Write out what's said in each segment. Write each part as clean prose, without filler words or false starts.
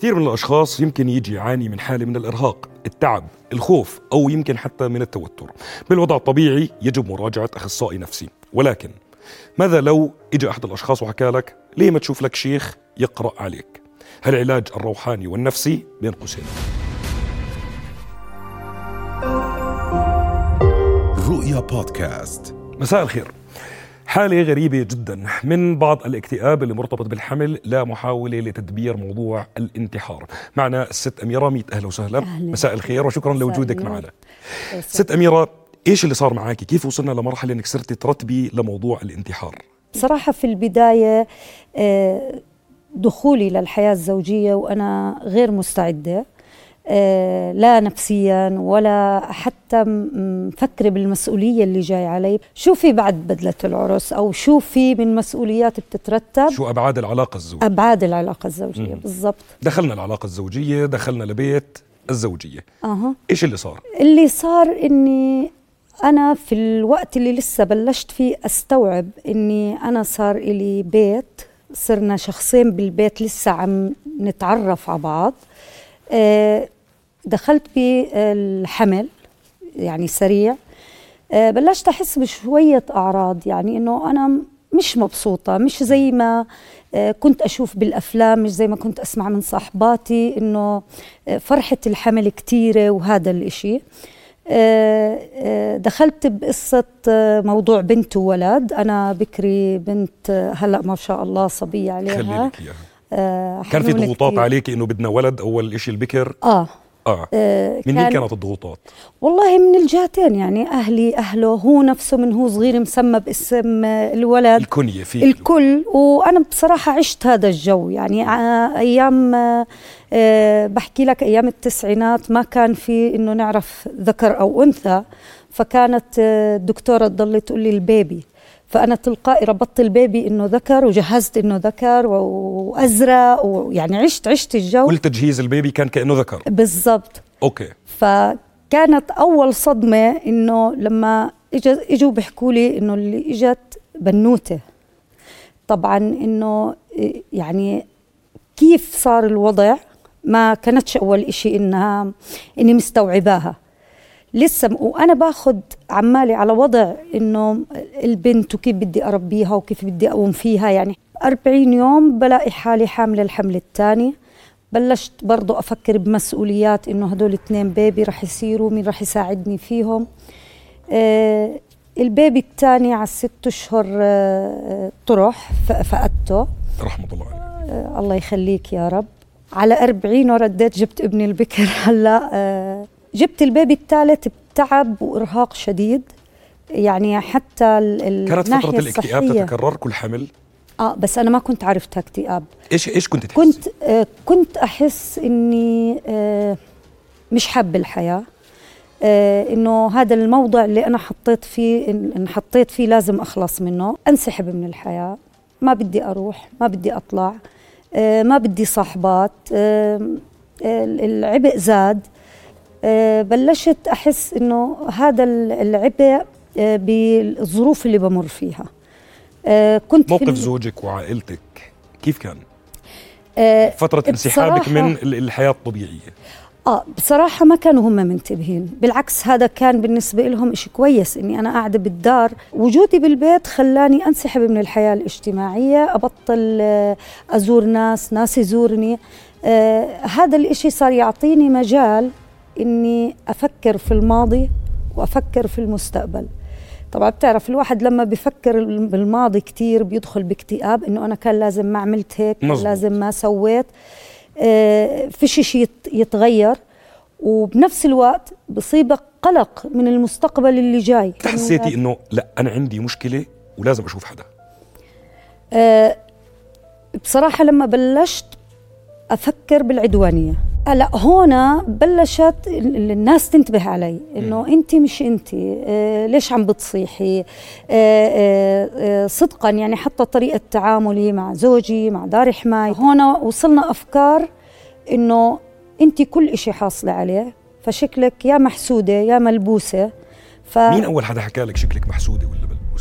كثير من الأشخاص يمكن يجي يعاني من حالة من الإرهاق، التعب، الخوف، أو يمكن حتى من التوتر. بالوضع الطبيعي يجب مراجعة أخصائي نفسي، ولكن ماذا لو إجا أحد الأشخاص وحكى لك ليه ما تشوف لك شيخ يقرأ عليك؟ هالعلاج الروحاني والنفسي بين قوسين. رؤيا بودكاست. مساء الخير. حالة غريبة جدا من بعض الاكتئاب اللي مرتبط بالحمل لمحاولة لتدبير موضوع الانتحار. معنا الست أميرة. ميت أهلا وسهلا. مساء الخير وشكرا لوجودك معنا. ست أميرة، إيش اللي صار معاكي؟ كيف وصلنا لمرحلة إنك صرتي ترتبي لموضوع الانتحار؟ بصراحة في البداية دخولي للحياة الزوجية وأنا غير مستعدة، لا نفسيا ولا حتى مفكرة بالمسؤولية اللي جاي علي. شو في بعد بدلة العرس أو شو في من مسؤوليات بتترتب؟ شو أبعاد العلاقة الزوجية؟ أبعاد العلاقة الزوجية بالضبط. دخلنا العلاقة الزوجية، دخلنا لبيت الزوجية. إيش اللي صار؟ اللي صار إني أنا في الوقت اللي لسه بلشت فيه أستوعب إني أنا صار إلي بيت، صرنا شخصين بالبيت لسه عم نتعرف على بعض. دخلت بالحمل يعني سريع. بلشت أحس بشوية أعراض، يعني إنه أنا مش مبسوطة، مش زي ما كنت أشوف بالأفلام، مش زي ما كنت أسمع من صاحباتي إنه فرحة الحمل كتيرة وهذا الإشي. دخلت بقصة موضوع بنت وولد. أنا بكري، بنت هلأ ما شاء الله صبية عليها. خلي لك إياها. كان في ضغوطات عليك إنه بدنا ولد أول إشي البكر؟ من مين كانت الضغوطات؟ والله من الجهتين، يعني أهله، هو نفسه من هو صغير مسمى باسم الولد، الكنية في الكل. وأنا بصراحة عشت هذا الجو، يعني أيام بحكي لك أيام التسعينات ما كان في إنه نعرف ذكر أو أنثى، فكانت الدكتورة تضل تقول لي البيبي، فأنا تلقائي ربطت البيبي إنه ذكر وجهزت إنه ذكر وأزرق، ويعني عشت الجو. كل تجهيز البيبي كان كأنه ذكر بالضبط. أوكي. فكانت أول صدمة إنه لما إجوا بيحكوا لي إنه اللي إجت بنوتة. طبعا إنه يعني كيف صار الوضع ما كانتش أول إشي إني مستوعباها لسه، وأنا باخد عمالي على وضع إنه البنت وكيف بدي أربيها وكيف بدي أقوم فيها. يعني 40 يوم بلاقي حالي حاملة الحمل الثاني. بلشت برضو أفكر بمسؤوليات إنه هدول 2 بيبي رح يصيروا، مين رح يساعدني فيهم. البيبي الثاني على 6 أشهر طرح، فقدته رحمة الله عليه. الله يخليك يا رب. على 40 ورديت جبت ابني البكر. هلأ جبت البيبي الثالث بتعب وإرهاق شديد، يعني حتى كانت فترة الاكتئاب تتكرر كل حمل؟ بس أنا ما كنت عرفتها اكتئاب. إيش كنت تحسي؟ كنت أحس إني مش حابة الحياة، إنه هذا الموضوع اللي أنا حطيت فيه لازم أخلص منه، أنسحب من الحياة، ما بدي أروح، ما بدي أطلع، ما بدي صاحبات. العبء زاد. بلشت أحس إنه هذا العبء بالظروف اللي بمر فيها. كنت موقف زوجك وعائلتك كيف كان؟ فترة انسحابك من الحياة الطبيعية. بصراحة ما كانوا هم منتبهين، بالعكس هذا كان بالنسبة لهم إشي كويس إني أنا قاعدة بالدار. وجودي بالبيت خلاني أنسحب من الحياة الاجتماعية، أبطل أزور ناس يزورني. هذا الإشي صار يعطيني مجال إني أفكر في الماضي وأفكر في المستقبل. طبعا بتعرف الواحد لما بيفكر بالماضي كتير بيدخل باكتئاب، إنه أنا كان لازم ما عملت هيك، لازم ما سويت، فيش شيء يتغير. وبنفس الوقت بصيبك قلق من المستقبل اللي جاي. حسيتي إنه لا أنا عندي مشكلة ولازم أشوف حدا؟ بصراحة لما بلشت أفكر بالعدوانية، لا هون بلشت الناس تنتبه علي إنه أنت مش أنت، ليش عم بتصيحي. صدقا يعني حتى طريقة تعاملي مع زوجي، مع دار حماي، هون وصلنا أفكار إنه أنت كل إشي حاصلة عليه، فشكلك يا محسودة يا ملبوسة. مين أول حدا حكى لك شكلك محسودة ولا ملبوسة؟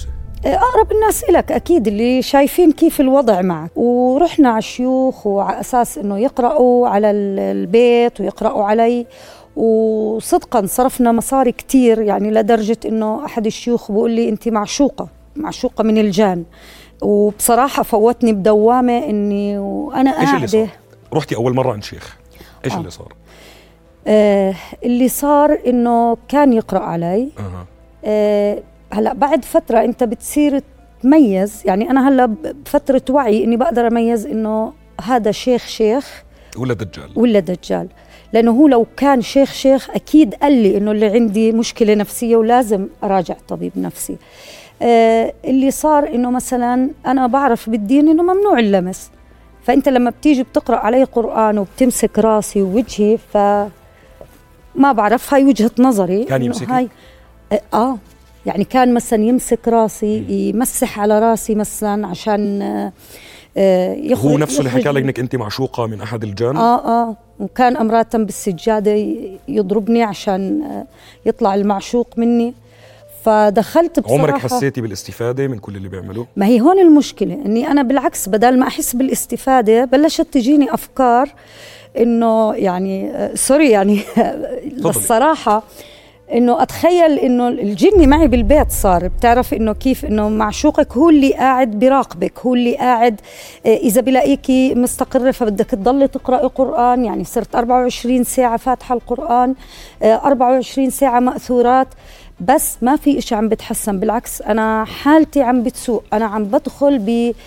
أقرب الناس إلك أكيد، اللي شايفين كيف الوضع معك. ورحنا على الشيوخ وعلى أساس إنه يقرأوا على البيت ويقرأوا علي، وصدقا صرفنا مصاري كتير، يعني لدرجة إنه أحد الشيوخ بيقول لي أنت معشوقة من الجان. وبصراحة فوتني بدوامة إني وأنا قاعدة. إيش اللي صار؟ رحتي أول مرة عند شيخ، إيش اللي صار؟ اللي صار إنه كان يقرأ علي. هلأ بعد فترة أنت بتصير تميز، يعني أنا هلأ بفترة وعي إني بقدر أميز إنه هذا شيخ ولا دجال. لأنه هو لو كان شيخ أكيد قال لي إنه اللي عندي مشكلة نفسية ولازم أراجع طبيب نفسي. اللي صار إنه مثلا أنا بعرف بالدين إنه ممنوع اللمس، فأنت لما بتيجي بتقرأ علي قرآن وبتمسك راسي ووجهي، فما بعرف، هاي وجهة نظري. كان يمسك يعني كان مثلا يمسك راسي، يمسح على راسي مثلا عشان هو نفسه اللي حكى لك انك انت معشوقة من احد الجان. وكان امرات بالسجادة يضربني عشان يطلع المعشوق مني. فدخلت بصراحة. عمرك حسيتي بالاستفادة من كل اللي بيعملوه؟ ما هي هون المشكلة، اني انا بالعكس بدل ما احس بالاستفادة بلشت تجيني افكار انه يعني سوري يعني بالصراحة انه اتخيل انه الجن معي بالبيت صار، بتعرف انه كيف انه معشوقك هو اللي قاعد بيراقبك، هو اللي قاعد اذا بلاقيكي مستقرة فبدك تضلي تقرأي قرآن. يعني صرت 24 ساعة فاتحة القرآن، 24 ساعة مأثورات، بس ما في إشي عم بتحسن، بالعكس أنا حالتي عم بتسوء. أنا عم بدخل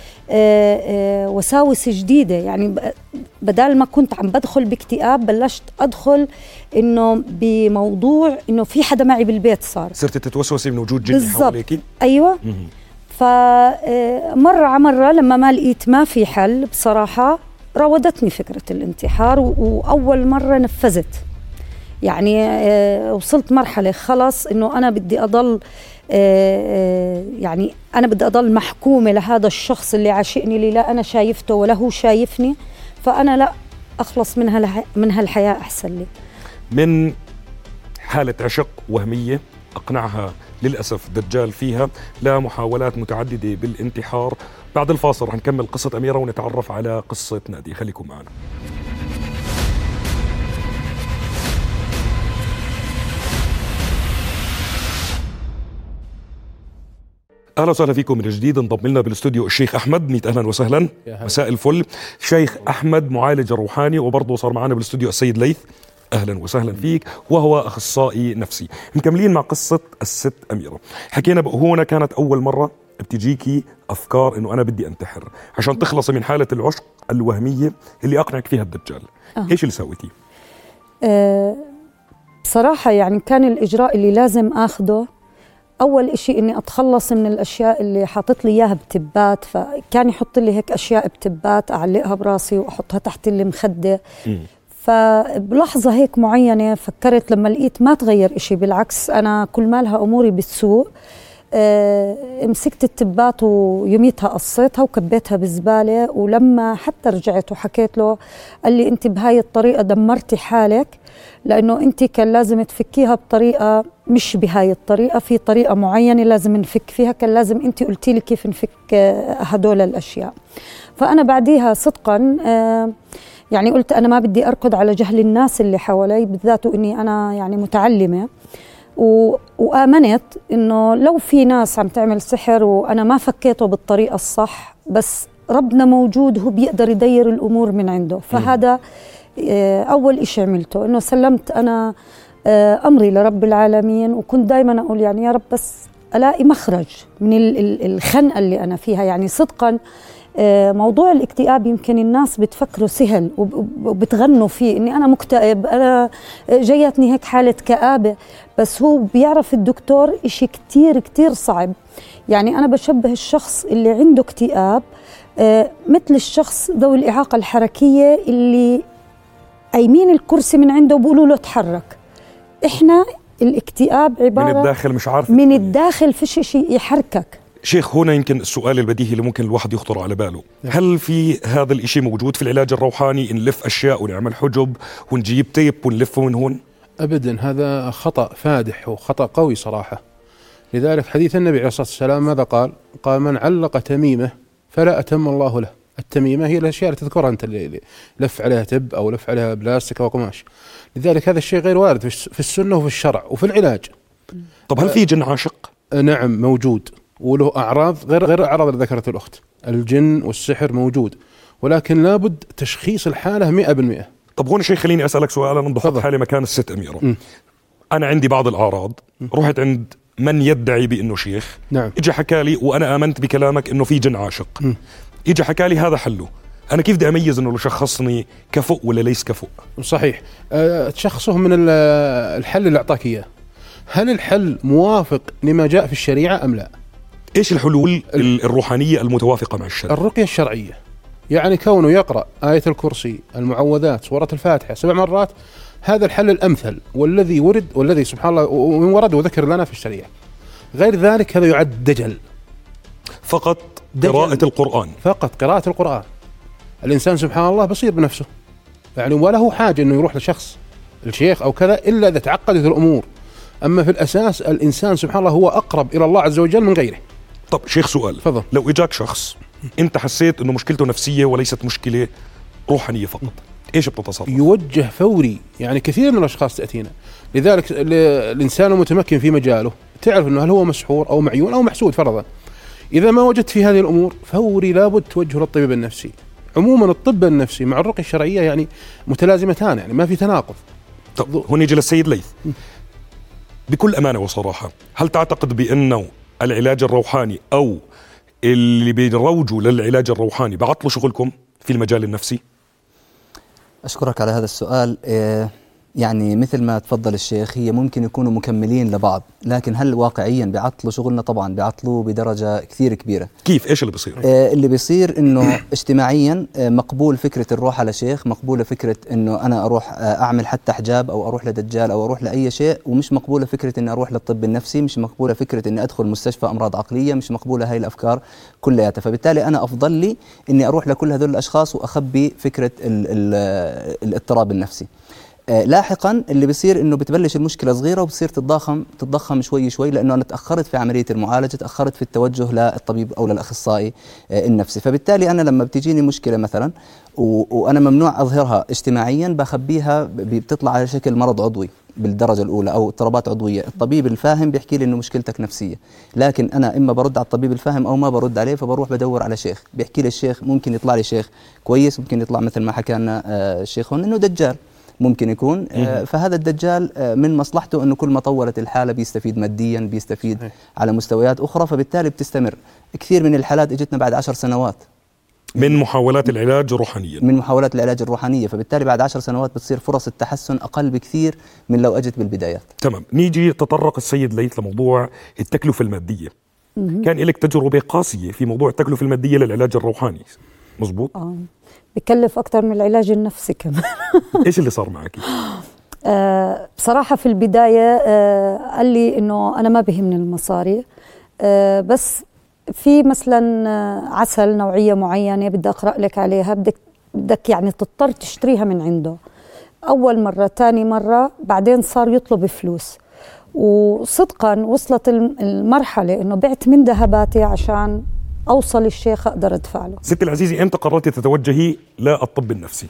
بوساوس جديدة، يعني بدل ما كنت عم بدخل باكتئاب بلشت أدخل إنه بموضوع إنه في حدا معي بالبيت. صرت تتوسوسي من وجود جن حواليكي؟ أيوة. فمرة على مرة لما ما لقيت ما في حل بصراحة راودتني فكرة الانتحار، وأول مرة نفذت. يعني وصلت مرحلة خلص إنه أنا بدي أضل يعني أنا بدي أضل محكومة لهذا الشخص اللي عاشقني، اللي لا أنا شايفته ولا هو شايفني، فأنا لا أخلص من هالحياة أحسن لي. من حالة عشق وهمية أقنعها للأسف دجال فيها لمحاولات متعددة بالانتحار. بعد الفاصل رح نكمل قصة أميرة ونتعرف على قصة نادي، خليكم معنا. اهلا وسهلا فيكم من جديد. انضم لنا بالاستوديو الشيخ احمد. 100 اهلا وسهلا، مساء الفل. شيخ احمد معالج روحاني، وبرضه صار معنا بالاستوديو السيد ليث، اهلا وسهلا فيك، وهو اخصائي نفسي. مكملين مع قصه الست اميره. حكينا هنا كانت اول مره بتجيكي افكار انه انا بدي انتحر عشان تخلصي من حاله العشق الوهميه اللي اقنعك فيها الدجال. ايش اللي سويتيه؟ بصراحه يعني كان الاجراء اللي لازم اخذه أول إشي إني أتخلص من الأشياء اللي حاطت لي إياها بتبات. فكان يحط لي هيك أشياء بتبات أعلقها براسي وأحطها تحت المخدة. فبلحظة هيك معينة فكرت لما لقيت ما تغير إشي، بالعكس أنا كل مالها أموري بالسوء، مسكت التبات ويوميتها قصيتها وكبيتها بزبالة. ولما حتى رجعت وحكيت له قال لي أنت بهاي الطريقة دمرتي حالك، لأنه أنت كان لازم تفكيها بطريقة مش بهاي الطريقة، في طريقة معينة لازم نفك فيها، كان لازم أنت قلتي لي كيف نفك هدول الأشياء. فأنا بعديها صدقا يعني قلت أنا ما بدي أركض على جهل الناس اللي حوالي، بالذات إني أنا يعني متعلمة، وآمنت إنه لو في ناس عم تعمل سحر وأنا ما فكيته بالطريقة الصح، بس ربنا موجود هو بيقدر يدير الأمور من عنده. فهذا أول إشي عملته، إنه سلمت أنا أمري لرب العالمين، وكنت دايما أقول يعني يا رب بس ألاقي مخرج من الخنقة اللي أنا فيها. يعني صدقا موضوع الاكتئاب يمكن الناس بتفكره سهل وبتغنوا فيه إني أنا مكتئب، أنا جايتني هيك حالة كآبة، بس هو بيعرف الدكتور إشي كتير كتير صعب. يعني أنا بشبه الشخص اللي عنده اكتئاب مثل الشخص ذوي الإعاقة الحركية اللي قايمين الكرسي من عنده وبقولوا له تحرك. إحنا الاكتئاب عبارة من الداخل مش عارف، من الداخل فيش شيء يحركك. شيخ هنا يمكن السؤال البديهي اللي ممكن الواحد يخطر على باله، هل في هذا الاشي موجود في العلاج الروحاني، نلف أشياء ونعمل حجب ونجيب تيب ونلفه من هون؟ أبدا، هذا خطأ فادح وخطأ قوي صراحة. لذلك حديث النبي عليه الصلاة والسلام ماذا قال؟ قال: من علق تميمة فلا أتم الله له. التميمة هي الأشياء اللي تذكرها أنت، اللي لف عليها تب أو لف عليها بلاستيك أو قماش. لذلك هذا الشيء غير وارد في السنة وفي الشرع وفي العلاج. طب هل في جن عاشق؟ نعم موجود، وله أعراض غير الأعراض اللي ذكرت الأخت. الجن والسحر موجود، ولكن لابد تشخيص الحالة 100%. طب هون شيء خليني أسألك سؤال، أنا بحط حالي مكان الست أميرة. أنا عندي بعض الأعراض، رحت عند من يدعي بأنه شيخ. نعم. إجا حكى لي وأنا آمنت بكلامك أنه في جن عاشق. إجا حكى لي هذا حله، أنا كيف بدي أميز أنه شخصني كفؤ ولا ليس كفؤ؟ صحيح. تشخصه من الحل اللي أعطاك إياه. هل الحل موافق لما جاء في الشريعة أم لا؟ إيش الحلول الروحانية المتوافقة مع الشرع؟ الرقية الشرعية، يعني كونه يقرأ آية الكرسي، المعوذات، سورة الفاتحة 7 مرات، هذا الحل الأمثل والذي ورد والذي سبحان الله ومن ورد وذكر لنا في الشريعة. غير ذلك هذا يعد دجل. فقط قراءة القرآن. فقط قراءة القرآن. الإنسان سبحان الله بصير بنفسه، يعني ولا هو حاجة أنه يروح لشخص الشيخ أو كذا إلا إذا تعقدت الأمور. أما في الأساس الإنسان سبحان الله هو أقرب إلى الله عز وجل من غيره. طب شيخ سؤال، فضل. لو إجاك شخص أنت حسيت أنه مشكلته نفسية وليست مشكلة روحانية فقط، إيش بتتصرف؟ يوجه فوري، يعني كثير من الأشخاص تأتينا. لذلك الإنسان المتمكن في مجاله تعرف أنه هل هو مسحور أو معيون أو محسود فرضا. إذا ما وجدت في هذه الأمور فوري لابد توجه للطبيب النفسي. عموما الطب النفسي مع الرقية الشرعية يعني متلازمتان، يعني ما في تناقض. طب هون يجي للسيد ليث، بكل أمانة وصراحة، هل تعتقد بأنه العلاج الروحاني أو اللي بيروجوا للعلاج الروحاني بعطلوا شغلكم في المجال النفسي؟ أشكرك على هذا السؤال. يعني مثل ما تفضل الشيخ، هي ممكن يكونوا مكملين لبعض، لكن هل واقعيا بيعطلوا شغلنا؟ طبعا بيعطلوه بدرجة كثير كبيرة. كيف؟ إيش اللي بيصير؟ اللي بيصير إنه اجتماعيا مقبول فكرة الروح على شيخ، مقبولة فكرة إنه أنا أروح أعمل حتى حجاب أو أروح لدجال أو أروح لأي شيء، ومش مقبولة فكرة إني أروح للطب النفسي، مش مقبولة فكرة إني أدخل مستشفى أمراض عقلية، مش مقبولة هاي الأفكار كلها. فبالتالي أنا أفضل لي إني أروح لكل هذول الأشخاص وأخبي فكرة الاضطراب النفسي. لاحقا اللي بيصير انه بتبلش المشكله صغيره وبتصير تتضخم شوي شوي، لانه انا تاخرت في عمليه المعالجه، تاخرت في التوجه للطبيب او للاخصائي النفسي. فبالتالي انا لما بتجيني مشكله مثلا وانا ممنوع اظهرها اجتماعيا، بخبيها، بتطلع على شكل مرض عضوي بالدرجه الاولى او اضطرابات عضويه. الطبيب الفاهم بيحكي لي انه مشكلتك نفسيه، لكن انا اما برد على الطبيب الفاهم او ما برد عليه، فبروح بدور على شيخ بيحكي لي الشيخ. ممكن يطلع لي شيخ كويس، ممكن يطلع مثل ما حكى لنا الشيخ هون انه دجال ممكن يكون. فهذا الدجال من مصلحته انه كل ما طولت الحاله بيستفيد ماديا، بيستفيد على مستويات اخرى، فبالتالي بتستمر. كثير من الحالات اجتنا بعد 10 سنوات من محاولات العلاج الروحانية، من محاولات العلاج الروحانية. فبالتالي بعد 10 سنوات بتصير فرص التحسن أقل بكثير من لو أجت بالبدايات. تمام. نيجي تطرق السيد ليث لموضوع التكلفة المادية. كان لك تجربة قاسية في موضوع التكلفة المادية للعلاج الروحاني، مزبوط؟ بكلف أكتر من العلاج النفسي كمان. إيش اللي صار معك؟ بصراحة في البداية قال لي إنه أنا ما بهمني المصاري، بس في مثلا عسل نوعية معينة بدي أقرأ لك عليها، بدك يعني تضطر تشتريها من عنده. أول مرة، تاني مرة، بعدين صار يطلب فلوس، وصدقا وصلت المرحلة إنه بعت من ذهباتي عشان أوصل الشيخ أقدر أدفع له. ستي العزيزة، إمتى قررتي تتوجهي للطب النفسي؟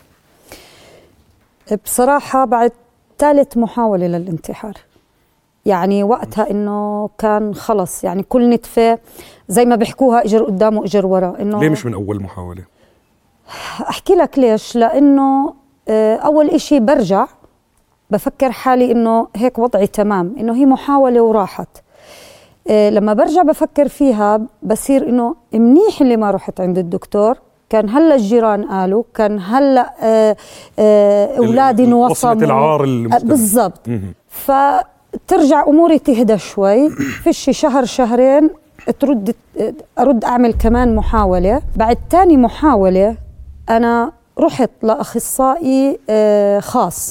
بصراحة بعد 3 محاولة للانتحار. يعني وقتها إنه كان خلص، يعني كل نتفة زي ما بيحكوها إجر قدامه إجر ورا. إنه ليه مش من أول محاولة؟ أحكي لك ليش. لأنه أول إشي برجع بفكر حالي إنه هيك وضعي تمام، إنه هي محاولة وراحت. لما برجع بفكر فيها بصير إنه منيح اللي ما رحت عند الدكتور، كان هلا الجيران قالوا، كان هلا أولادي نوصموا العار بالضبط. فترجع أموري تهدى شوي، فيش شهر شهرين أرد أعمل كمان محاولة. بعد تاني محاولة أنا رحت لأخصائي خاص.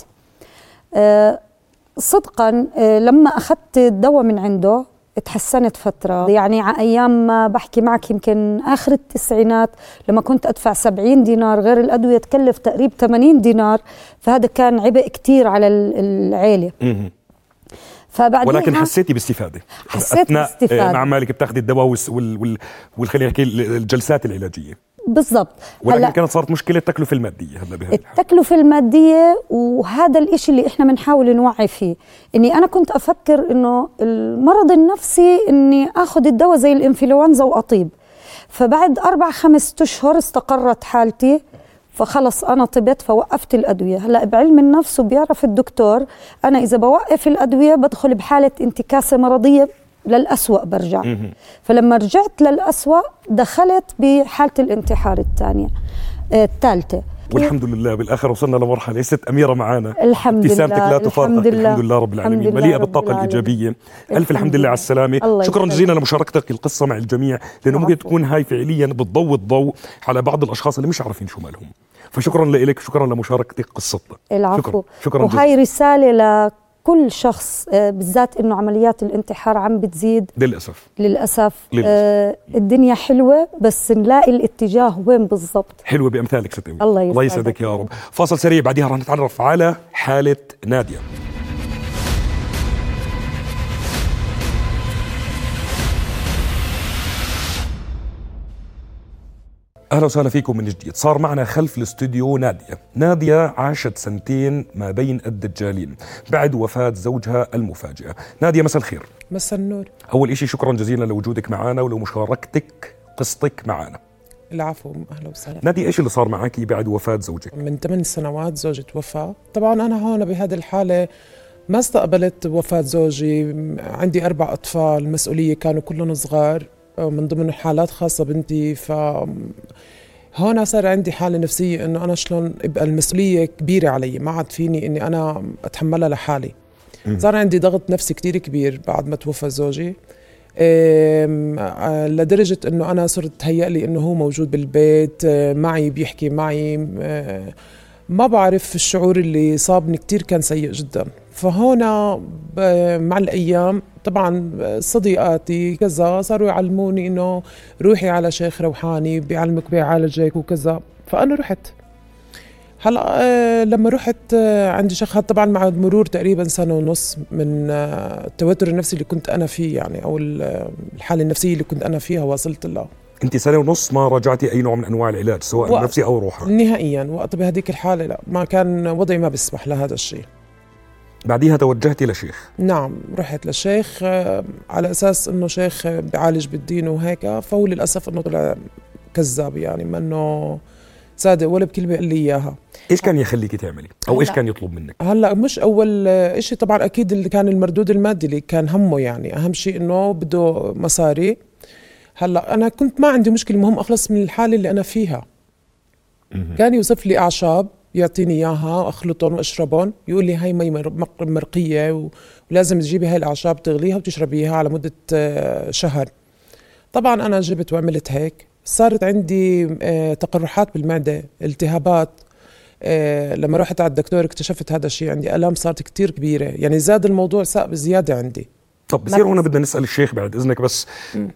صدقا لما أخذت الدواء من عنده اتحسنت فترة. يعني على أيام ما بحكي معك يمكن آخر التسعينات لما كنت أدفع 70 دينار، غير الأدوية تكلف تقريبا 80 دينار، فهذا كان عبء كتير على العيلة. فبعدين ولكن حسيتي باستفادة حسيت أثناء باستفادة. مع مالك بتاخذي الدواء خلينا نحكي الجلسات العلاجية. بالضبط. ولكن كانت صارت مشكلة التكلفة المادية هلا بهذه التكلفة المادية، وهذا الإشي اللي إحنا بنحاول نوعي فيه. إني أنا كنت أفكر إنه المرض النفسي إني أخذ الدواء زي الإنفلونزا وأطيب، فبعد 4-5 أشهر استقرت حالتي، فخلص أنا طبت فوقفت الأدوية. هلأ بعلم النفس وبيعرف الدكتور أنا إذا بوقف الأدوية بدخل بحالة انتكاسة مرضية للأسوأ برجع. فلما رجعت للأسوأ دخلت بحالة الانتحار الثالثة. والحمد لله بالآخر وصلنا لمرحلة. ست أميرة معانا، الحمد ابتسامتك لله لا تفارق. الحمد لله رب العالمين، مليئة بالطاقة الإيجابية. ألف الحمد لله على السلامة. شكرا جزيلا لمشاركتك القصة مع الجميع، لأنه ممكن تكون هاي فعليا بتضوي الضوء على بعض الأشخاص اللي مش عارفين شو مالهم. فشكرا لك، شكرا لمشاركتك قصتنا. العفو. شكرا وهاي رسالة لكل شخص، بالذات إنه عمليات الانتحار عم بتزيد للأسف. الدنيا حلوة بس نلاقي الاتجاه وين بالضبط. حلوة بأمثالك ست أميرة. الله يسعدك يا رب. فاصل سريع بعدها رح نتعرف على حالة نادية. أهلا وسهلا فيكم من جديد. صار معنا خلف الاستوديو نادية عاشت 2 ما بين الدجالين بعد وفاة زوجها المفاجئة. نادية مساء الخير. مساء النور. أول إشي شكرا جزيلا لوجودك معنا ولمشاركتك قصتك معنا. العفو، أهلا وسهلا. نادية، إيش اللي صار معك بعد وفاة زوجك؟ من 8 سنوات زوجي توفى. طبعا أنا هون بهذه الحالة ما استقبلت وفاة زوجي، عندي 4 أطفال مسؤولية كانوا كلهم صغار، من ضمن حالات خاصة بنتي. هون صار عندي حالة نفسية إنه أنا شلون يبقى المسؤولية كبيرة علي، ما عاد فيني إني أنا أتحملها لحالي. صار عندي ضغط نفسي كتير كبير بعد ما توفى زوجي، لدرجة إنه أنا صرت تهيأ لي إنه هو موجود بالبيت معي، بيحكي معي. ما بعرف الشعور اللي صابني كتير كان سيء جدا. فهنا مع الأيام طبعا صديقاتي كذا صاروا يعلموني إنه روحي على شيخ روحاني بيعلمك بيعالجك وكذا. فأنا رحت. هلا لما رحت عندي شيخ، طبعا مع مرور تقريبا 1.5 سنة من التوتر النفسي اللي كنت أنا فيه، يعني أو الحالة النفسية اللي كنت أنا فيها وصلت لها. أنت 1.5 سنة ما رجعتي أي نوع من أنواع العلاج سواء نفسي أو روحاني؟ نهائيا. وقت بهديك الحالة لا، ما كان وضعي ما بيسمح لهذا الشيء. بعديها توجهتي لشيخ؟ نعم، رحت للشيخ على أساس أنه شيخ بيعالج بالدين وهيك. فهو للأسف أنه طلع كذاب، يعني ما أنه صادق ولا بكلمة قال لي إياها. إيش كان يخليكي تعملي أو إيش كان يطلب منك؟ هلأ مش أول إشي طبعا أكيد اللي كان المردود المادي اللي كان همه، يعني أهم شيء أنه بده مصاري. هلأ أنا كنت ما عندي مشكلة، مهم أخلص من الحالة اللي أنا فيها. كان يوصف لي أعشاب يعطيني إياها أخلطهم وأشربهم، يقول لي هاي مي مرقية ولازم تجيبي هاي الأعشاب تغليها وتشربيها على مدة شهر. طبعا أنا جبت وعملت هيك. صارت عندي تقرحات بالمعدة، التهابات. لما رحت على الدكتور اكتشفت هذا الشيء، عندي آلام صارت كتير كبيرة، يعني زاد الموضوع ساء بزيادة عندي. طب بصير هنا بدنا نسأل الشيخ بعد إذنك بس.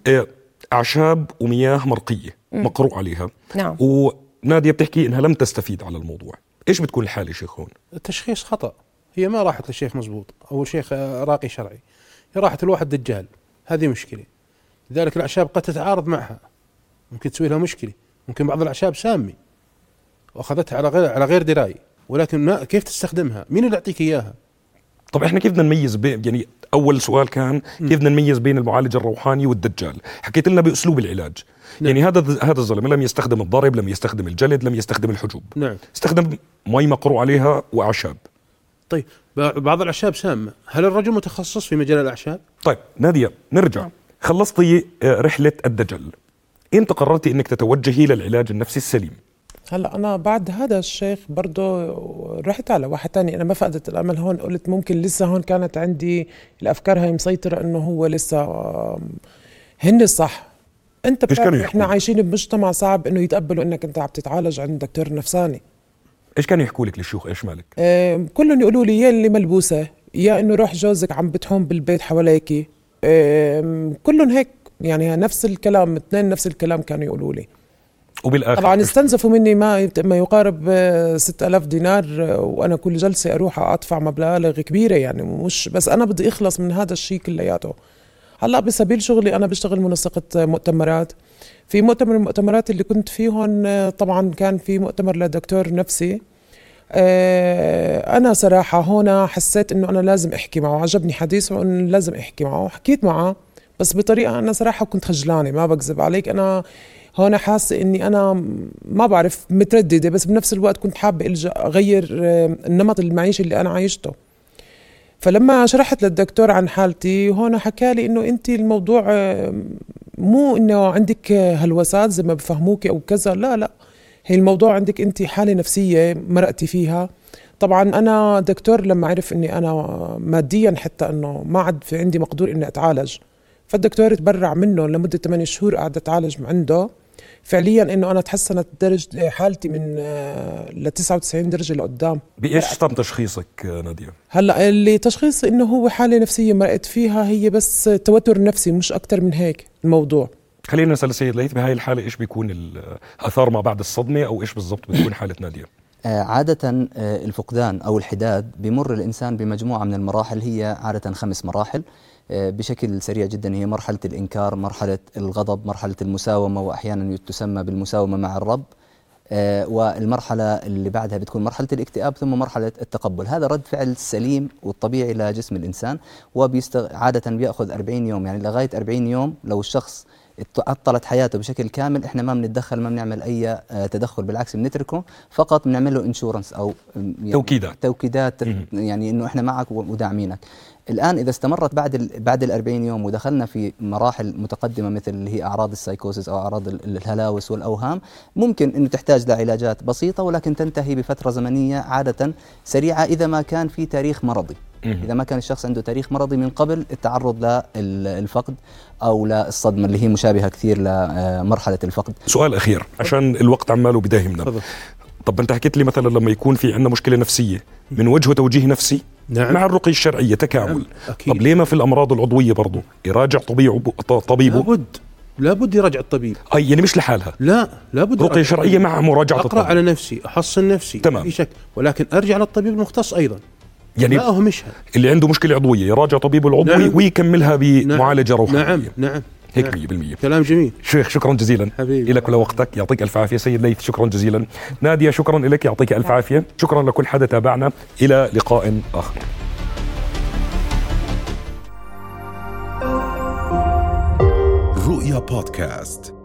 أعشاب ومياه مرقية مقروء عليها. نعم. ونادية بتحكي إنها لم تستفيد على الموضوع. إيش بتكون الحالة شيخ هون؟ التشخيص خطأ. هي ما راحت للشيخ مزبوط أو شيخ راقي شرعي، هي راحت لواحد دجال. هذه مشكلة. لذلك الأعشاب قد تتعارض معها، ممكن تسوي لها مشكلة. ممكن بعض الأعشاب سامة وأخذتها على غير دراية، ولكن كيف تستخدمها؟ مين اللي يعطيك إياها؟ طب إحنا كيف بدنا نميز يعني أول سؤال كان كيف بدنا نميز بين المعالج الروحاني والدجال؟ حكيت لنا بأسلوب العلاج. نعم. يعني هذا الزلمة لم يستخدم الضرب، لم يستخدم الجلد، لم يستخدم الحجوب. نعم. استخدم مي مقروء عليها وأعشاب. طيب بعض الأعشاب سامة، هل الرجل متخصص في مجال الأعشاب؟ طيب نادية نرجع. خلصتي رحلة الدجل، إمتى قررتي إنك تتوجهي للعلاج النفسي السليم؟ هلا أنا بعد هذا الشيخ برضه رحت على واحد تاني. أنا ما فقدت الأمل هون، قلت ممكن لسه هون كانت عندي الأفكار هاي مسيطرة إنه هو لسه هن الصح. أنت بتعرف إحنا عايشين بمجتمع صعب إنه يتقبلوا إنك أنت عم تتعالج عند دكتور نفساني. إيش كانوا يحكوا لك للشيوخ؟ إيش مالك؟ كلهم يقولوا لي يا اللي ملبوسة، يا إنه روح جوزك عم بتحوم بالبيت حواليكي. كلهم هيك، يعني نفس الكلام، 2 نفس الكلام كانوا يقولوا لي. وبالآخر طبعا استنزفوا مني ما يقارب 6000 دينار، وأنا كل جلسة أروح أدفع مبالغ كبيرة يعني، مش بس أنا بدي أخلص من هذا الشيء كلياته. هلا بسبيل شغلي أنا بشتغل منسقة مؤتمرات. في مؤتمر من المؤتمرات اللي كنت فيهم طبعا كان في مؤتمر لدكتور نفسي. أنا صراحة هنا حسيت إنه أنا لازم أحكي معه، عجبني حديثه وإنه لازم أحكي معه. حكيت معه بس بطريقة أنا صراحة كنت خجلانة، ما بكذب عليك. أنا هنا حاسة إني أنا ما بعرف مترددة، بس بنفس الوقت كنت حابة أغير النمط المعيشي اللي أنا عايشته. فلما شرحت للدكتور عن حالتي هنا حكالي إنه أنت الموضوع مو إنه عندك هلوسات زي ما بفهموك أو كذا، لا هي الموضوع عندك أنت حالة نفسية مرقتي فيها. طبعا أنا دكتور لما عرف إني أنا ماديا حتى إنه ما عاد في عندي مقدور إني أتعالج، فالدكتور تبرع منه لمدة 8 شهور قاعدة أتعالج عنده. فعليا إنه أنا تحسنت درجة حالتي من 99 درجة لقدام. بإيش تم تشخيصك نادية؟ هلا اللي تشخيص إنه هو حالة نفسية مرقت فيها، هي بس توتر نفسي مش أكتر من هيك الموضوع. خلينا نسأل السيد ليث، بهاي الحالة إيش بيكون الآثار ما بعد الصدمة، أو إيش بالضبط بتكون حالة نادية؟ عادة الفقدان أو الحداد بيمر الإنسان بمجموعة من المراحل، هي عادة 5 مراحل بشكل سريع جدا. هي مرحلة الإنكار، مرحلة الغضب، مرحلة المساومة، وأحيانا تسمى بالمساومة مع الرب، والمرحلة اللي بعدها بتكون مرحلة الاكتئاب، ثم مرحلة التقبل. هذا رد فعل سليم والطبيعي لجسم الإنسان، عادة بيأخذ 40 يوم، يعني لغاية 40 يوم لو الشخص عطلت حياته بشكل كامل احنا ما بنتدخل، ما بنعمل اي تدخل، بالعكس بنتركه، فقط بنعمل له انشورنس او يعني توكيدات يعني انه احنا معك وداعمينك. الان اذا استمرت بعد ال 40 يوم ودخلنا في مراحل متقدمه مثل اللي هي اعراض السايكوسيس او اعراض الهلاوس والاوهام، ممكن انه تحتاج لعلاجات بسيطه ولكن تنتهي بفتره زمنيه عاده سريعه اذا ما كان في تاريخ مرضي. إذا ما كان الشخص عنده تاريخ مرضي من قبل التعرض للفقد أو للصدمة اللي هي مشابهة كثير لمرحلة الفقد. سؤال أخير عشان الوقت عماله بداهمنا. طب أنت حكيت لي مثلا لما يكون في عندنا مشكلة نفسية من وجه توجيه نفسي، نعم، مع الرقية الشرعية تكامل، نعم. طب ليه ما في الأمراض العضوية برضو يراجع طبيبه؟ لابد يراجع الطبيب. يعني مش لحالها، لا لابد رقية شرعية مع مراجعة أقرأ الطبيب. على نفسي، أحصن نفسي، تمام، في شك، ولكن أرجع للطبيب المختص أيضا. يعني لا أهمشها، اللي عنده مشكلة عضوية يراجع طبيبه العضوي، نعم، ويكملها بمعالجة روحانية. نعم نعم هيك 100%. كلام جميل شيخ، شكرا جزيلا لك ولوقتك، يعطيك ألف عافية. سيد ليث شكرا جزيلا. نادية شكرا لك، يعطيك ألف عافية. شكرا لكل حدا تابعنا، إلى لقاء آخر. رؤيا بودكاست.